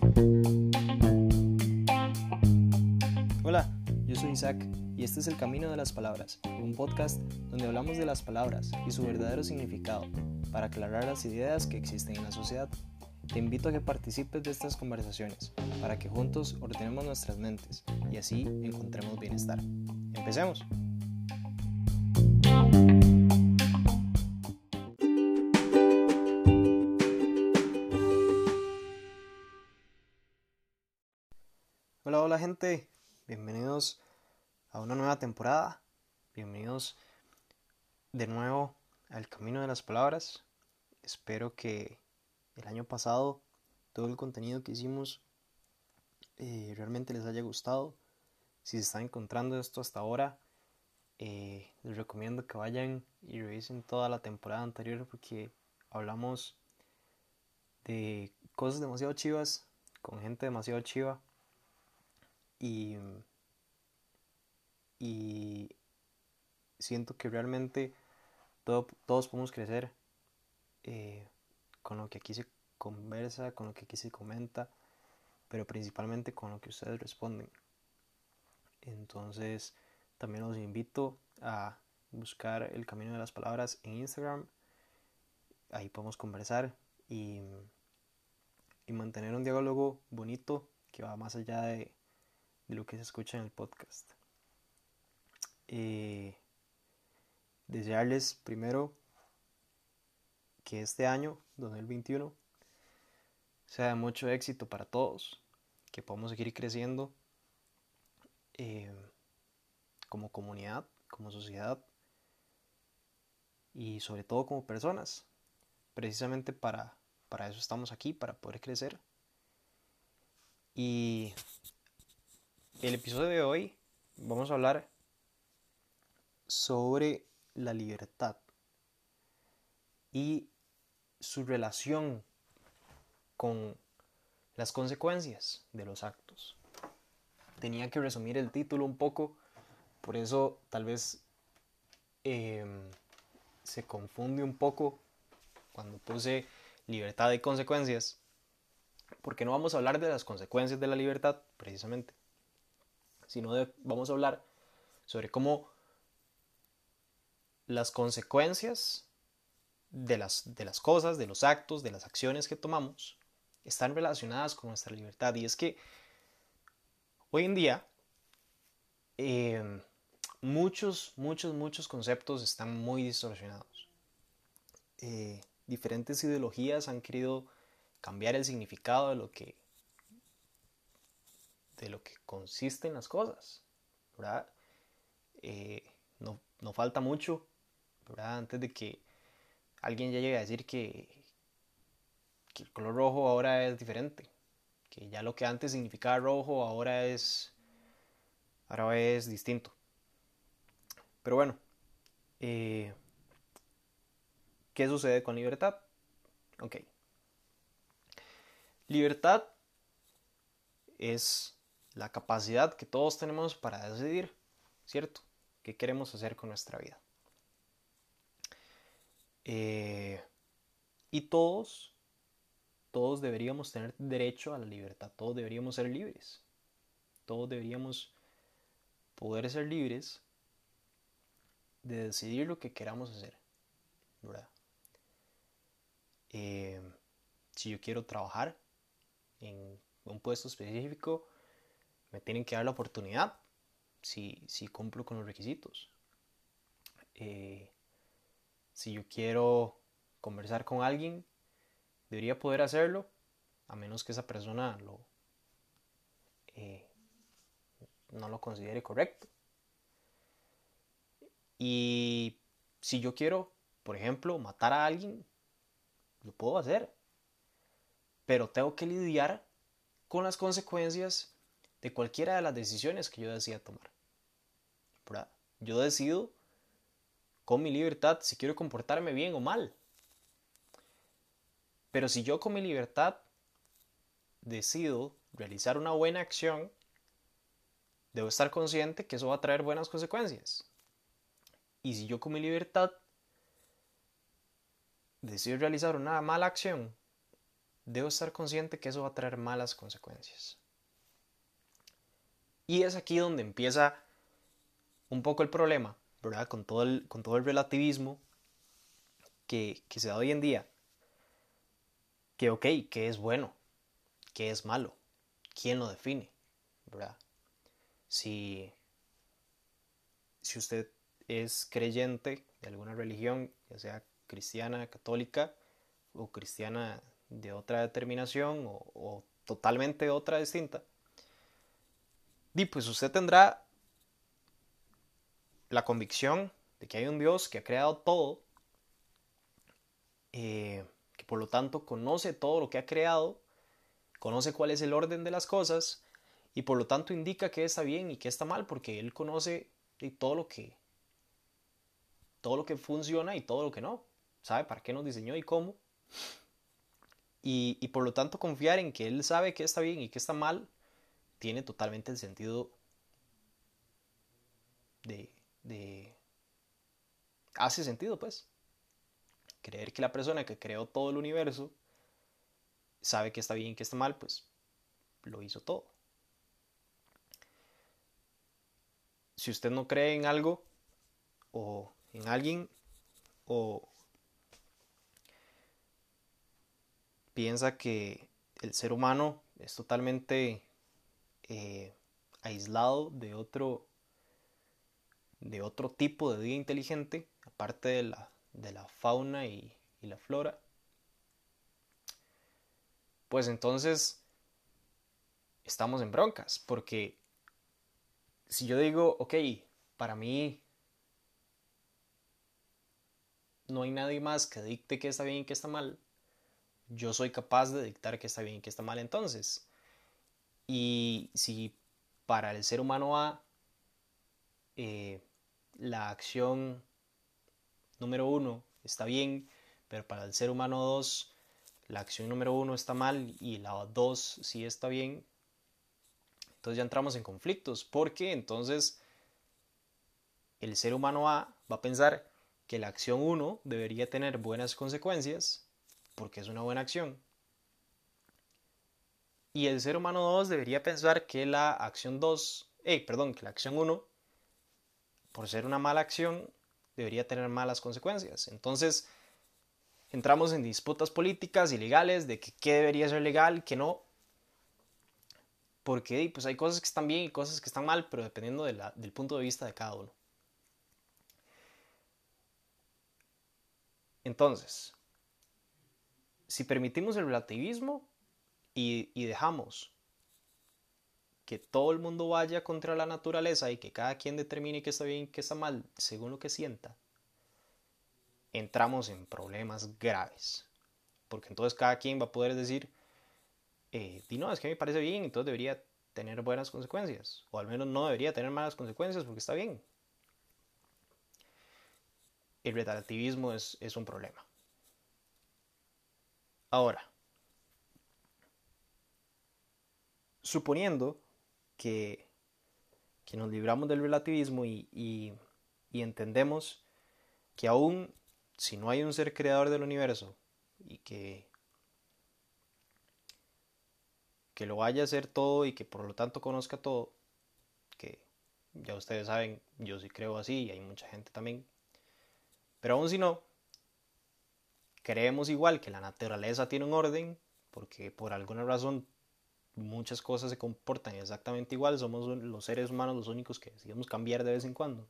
Hola, yo soy Isaac y este es El Camino de las Palabras, un podcast donde hablamos de las palabras y su verdadero significado para aclarar las ideas que existen en la sociedad. Te invito a que participes de estas conversaciones para que juntos ordenemos nuestras mentes y así encontremos bienestar. ¡Empecemos! Hola gente, bienvenidos a una nueva temporada, bienvenidos de nuevo al Camino de las Palabras. Espero que el año pasado todo el contenido que hicimos realmente les haya gustado. Si se están encontrando esto hasta ahora, les recomiendo que vayan y revisen toda la temporada anterior porque hablamos de cosas demasiado chivas, con gente demasiado chiva y siento que realmente todos podemos crecer con lo que aquí se conversa, con lo que aquí se comenta, pero principalmente con lo que ustedes responden. Entonces también los invito a buscar El Camino de las Palabras en Instagram. Ahí podemos conversar y mantener un diálogo bonito que va más allá de lo que se escucha en el podcast. Desearles primero que este año 2021 sea de mucho éxito para todos, que podamos seguir creciendo como comunidad, como sociedad y sobre todo como personas. Precisamente para eso estamos aquí, para poder crecer. Y el episodio de hoy vamos a hablar sobre la libertad y su relación con las consecuencias de los actos. Tenía que resumir el título un poco, por eso tal vez se confunde un poco cuando puse libertad y consecuencias, porque no vamos a hablar de las consecuencias de la libertad precisamente, sino vamos a hablar sobre cómo las consecuencias de las cosas, de los actos, de las acciones que tomamos están relacionadas con nuestra libertad. Y es que hoy en día muchos conceptos están muy distorsionados. Diferentes ideologías han querido cambiar el significado de lo que consisten las cosas, ¿verdad? No falta mucho, ¿verdad? Antes de que alguien ya llegue a decir que el color rojo ahora es diferente, que ya lo que antes significaba rojo ahora es distinto. Pero bueno, ¿qué sucede con libertad? Ok. Libertad es la capacidad que todos tenemos para decidir, ¿cierto? ¿Qué queremos hacer con nuestra vida? Y todos deberíamos tener derecho a la libertad, todos deberíamos ser libres, todos deberíamos poder ser libres de decidir lo que queramos hacer, ¿verdad? Si yo quiero trabajar en un puesto específico, me tienen que dar la oportunidad si cumplo con los requisitos. Si yo quiero conversar con alguien, debería poder hacerlo, a menos que esa persona no lo considere correcto. Y si yo quiero, por ejemplo, matar a alguien, lo puedo hacer, pero tengo que lidiar con las consecuencias de cualquiera de las decisiones que yo decida tomar, ¿verdad? Yo decido con mi libertad si quiero comportarme bien o mal. Pero si yo con mi libertad decido realizar una buena acción, debo estar consciente que eso va a traer buenas consecuencias. Y si yo con mi libertad decido realizar una mala acción, debo estar consciente que eso va a traer malas consecuencias. Y es aquí donde empieza un poco el problema, ¿verdad? Con todo el relativismo que se da hoy en día. Que ok, ¿qué es bueno? ¿Qué es malo? ¿Quién lo define? ¿Verdad? Si, si usted es creyente de alguna religión, ya sea cristiana, católica o cristiana de otra determinación o totalmente otra distinta, pues usted tendrá la convicción de que hay un Dios que ha creado todo, que por lo tanto conoce todo lo que ha creado, conoce cuál es el orden de las cosas y por lo tanto indica qué está bien y qué está mal porque Él conoce todo lo que funciona y todo lo que no, sabe para qué nos diseñó y cómo, y por lo tanto confiar en que Él sabe qué está bien y qué está mal tiene totalmente el sentido de hace sentido, pues. Creer que la persona que creó todo el universo sabe que está bien y que está mal, pues lo hizo todo. Si usted no cree en algo o en alguien o piensa que el ser humano es totalmente aislado de otro tipo de vida inteligente, aparte de la fauna y la flora, pues entonces estamos en broncas, porque si yo digo, ok, para mí no hay nadie más que dicte qué está bien y qué está mal, yo soy capaz de dictar qué está bien y qué está mal entonces. Y si para el ser humano A eh, la acción número uno está bien, pero para el ser humano 2 la acción número uno está mal y la 2 sí está bien, entonces ya entramos en conflictos, porque entonces el ser humano A va a pensar que la acción uno debería tener buenas consecuencias, porque es una buena acción, y el ser humano 2 debería pensar que la acción 2, que la acción uno, por ser una mala acción, debería tener malas consecuencias. Entonces entramos en disputas políticas y legales de que qué debería ser legal, qué no, porque pues hay cosas que están bien y cosas que están mal, pero dependiendo del punto de vista de cada uno. Entonces, si permitimos el relativismo y dejamos que todo el mundo vaya contra la naturaleza y que cada quien determine qué está bien y qué está mal según lo que sienta, entramos en problemas graves. Porque entonces cada quien va a poder decir, no, es que me parece bien, entonces debería tener buenas consecuencias. O al menos no debería tener malas consecuencias porque está bien. El relativismo es un problema. Ahora, suponiendo que, que nos libramos del relativismo y entendemos que aún si no hay un ser creador del universo y que lo vaya a hacer todo y que por lo tanto conozca todo, que ya ustedes saben, yo sí creo así y hay mucha gente también, pero aún si no, creemos igual que la naturaleza tiene un orden, porque por alguna razón muchas cosas se comportan exactamente igual, somos los seres humanos los únicos que decidimos cambiar de vez en cuando.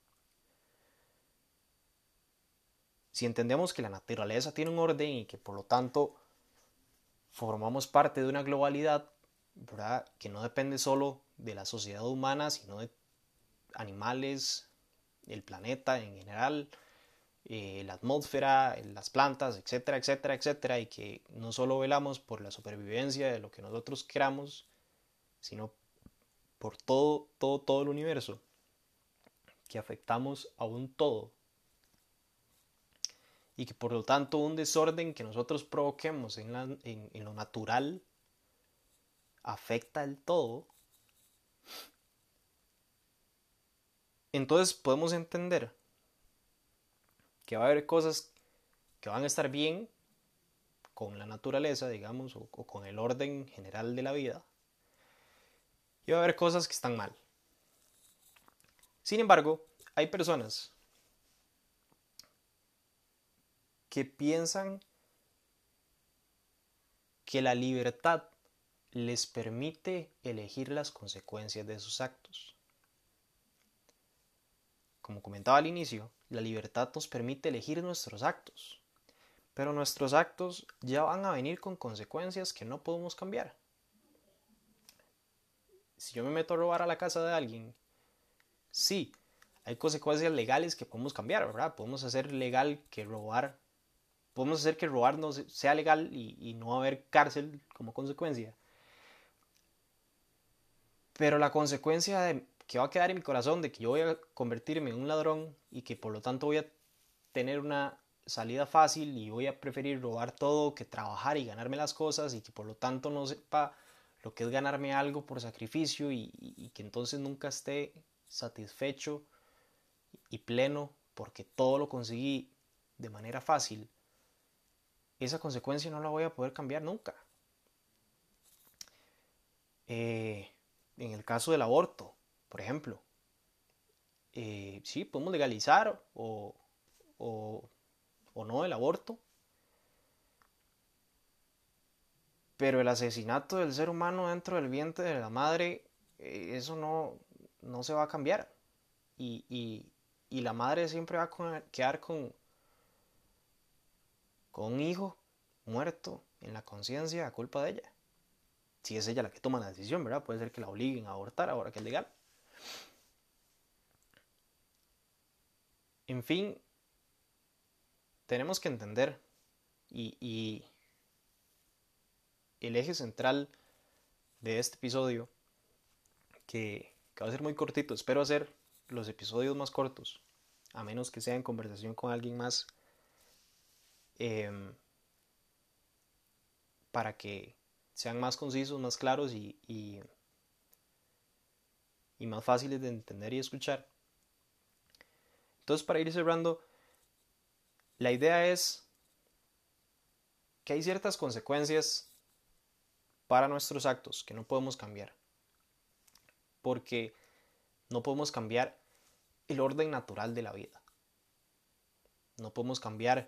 Si entendemos que la naturaleza tiene un orden y que por lo tanto formamos parte de una globalidad, ¿verdad?, que no depende solo de la sociedad humana, sino de animales, el planeta en general, la atmósfera, las plantas, etcétera, etcétera, etcétera, y que no solo velamos por la supervivencia de lo que nosotros queramos, sino por todo, todo, todo el universo, que afectamos a un todo, y que por lo tanto un desorden que nosotros provoquemos en lo natural afecta el todo, entonces podemos entender que va a haber cosas que van a estar bien, con la naturaleza, digamos, o con el orden general de la vida, y va a haber cosas que están mal. Sin embargo, hay personas que piensan que la libertad les permite elegir las consecuencias de sus actos. Como comentaba al inicio, la libertad nos permite elegir nuestros actos, pero nuestros actos ya van a venir con consecuencias que no podemos cambiar. Si yo me meto a robar a la casa de alguien, sí, hay consecuencias legales que podemos cambiar, ¿verdad? Podemos hacer legal que robar, podemos hacer que robar no sea legal y no haber cárcel como consecuencia. Pero la consecuencia que va a quedar en mi corazón de que yo voy a convertirme en un ladrón y que por lo tanto voy a tener una salida fácil y voy a preferir robar todo que trabajar y ganarme las cosas y que por lo tanto no sepa lo que es ganarme algo por sacrificio y que entonces nunca esté satisfecho y pleno porque todo lo conseguí de manera fácil, esa consecuencia no la voy a poder cambiar nunca. En el caso del aborto, por ejemplo, sí, podemos legalizar o, o no el aborto, pero el asesinato del ser humano dentro del vientre de la madre, eso no se va a cambiar. Y la madre siempre va a quedar con un hijo muerto en la conciencia a culpa de ella. Si es ella la que toma la decisión, ¿verdad? Puede ser que la obliguen a abortar ahora que es legal. En fin, tenemos que entender y el eje central de este episodio, que va a ser muy cortito, espero hacer los episodios más cortos, a menos que sea en conversación con alguien más, eh, para que sean más concisos, más claros y más fáciles de entender y escuchar. Entonces, para ir cerrando, la idea es que hay ciertas consecuencias para nuestros actos que no podemos cambiar, porque no podemos cambiar el orden natural de la vida. No podemos cambiar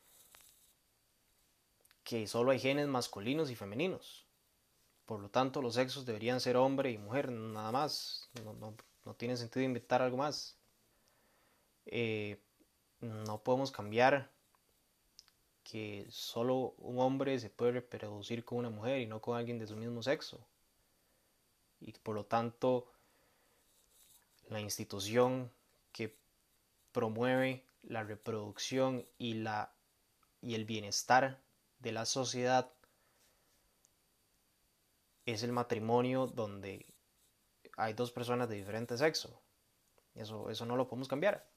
que solo hay genes masculinos y femeninos. Por lo tanto, los sexos deberían ser hombre y mujer, nada más. No tiene sentido inventar algo más. No podemos cambiar que solo un hombre se puede reproducir con una mujer y no con alguien de su mismo sexo. Y por lo tanto, la institución que promueve la reproducción y el bienestar de la sociedad es el matrimonio donde hay dos personas de diferente sexo. Eso no lo podemos cambiar.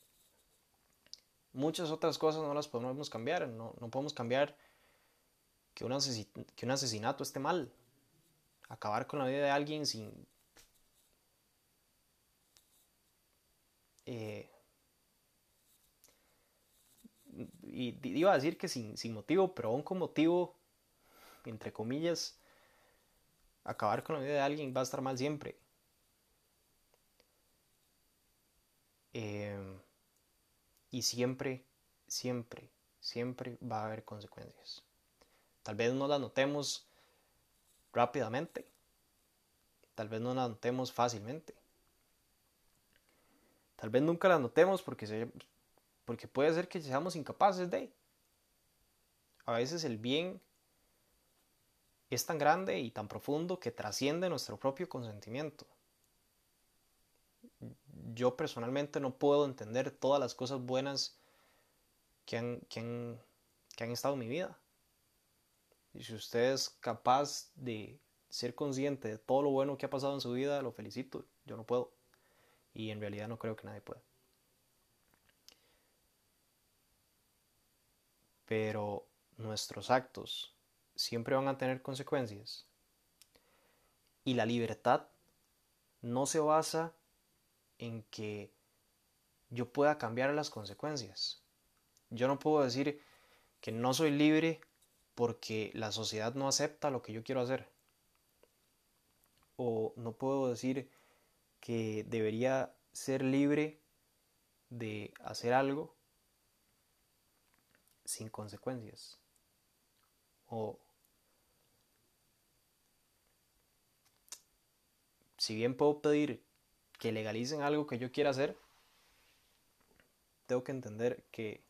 Muchas otras cosas no las podemos cambiar. No podemos cambiar que un asesinato esté mal. Acabar con la vida de alguien sin... Eh, y iba a decir que sin motivo, pero aún con motivo, entre comillas, acabar con la vida de alguien va a estar mal siempre. Eh, y siempre, siempre, siempre va a haber consecuencias. Tal vez no las notemos rápidamente, tal vez no las notemos fácilmente, tal vez nunca las notemos porque puede ser que seamos incapaces de. A veces el bien es tan grande y tan profundo que trasciende nuestro propio consentimiento. Yo personalmente no puedo entender todas las cosas buenas que han estado en mi vida. Y si usted es capaz de ser consciente de todo lo bueno que ha pasado en su vida, lo felicito. Yo no puedo. Y en realidad no creo que nadie pueda. Pero nuestros actos siempre van a tener consecuencias. Y la libertad no se basa en que yo pueda cambiar las consecuencias. Yo no puedo decir que no soy libre porque la sociedad no acepta lo que yo quiero hacer. O no puedo decir que debería ser libre de hacer algo sin consecuencias. O si bien puedo pedir que legalicen algo que yo quiera hacer, tengo que entender que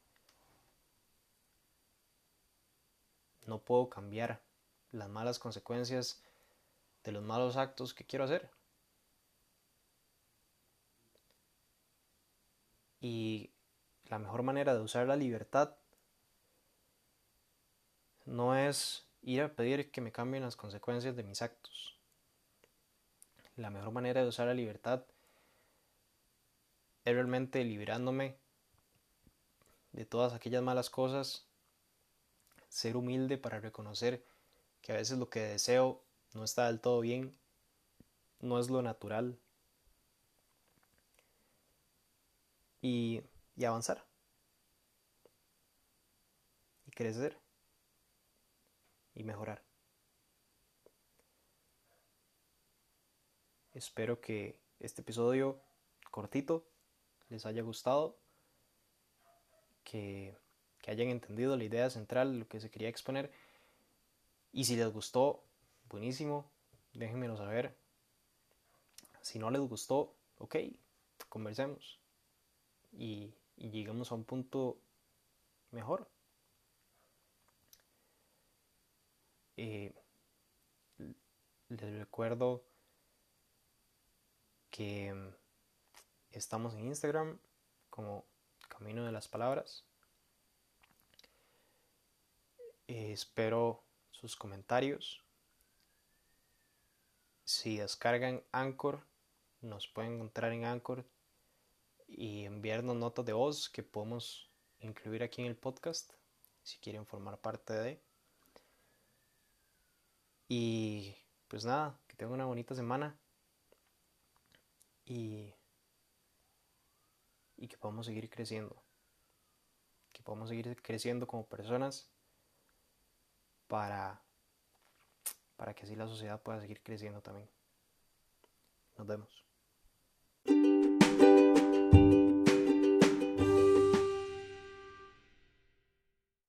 no puedo cambiar las malas consecuencias de los malos actos que quiero hacer. Y la mejor manera de usar la libertad no es ir a pedir que me cambien las consecuencias de mis actos. La mejor manera de usar la libertad es realmente liberándome de todas aquellas malas cosas, ser humilde para reconocer que a veces lo que deseo no está del todo bien, no es lo natural, y, y avanzar y crecer y mejorar. Espero que este episodio cortito les haya gustado, que, que hayan entendido la idea central, lo que se quería exponer. Y si les gustó, buenísimo, déjenmelo saber. Si no les gustó, ok, conversemos y lleguemos a un punto mejor. Eh, Les recuerdo que estamos en Instagram como Camino de las Palabras. Espero sus comentarios. Si descargan Anchor, nos pueden encontrar en Anchor y enviarnos notas de voz que podemos incluir aquí en el podcast si quieren formar parte de. Y pues nada, que tengan una bonita semana y, y que podamos seguir creciendo. Que podamos seguir creciendo como personas para, para que así la sociedad pueda seguir creciendo también. Nos vemos.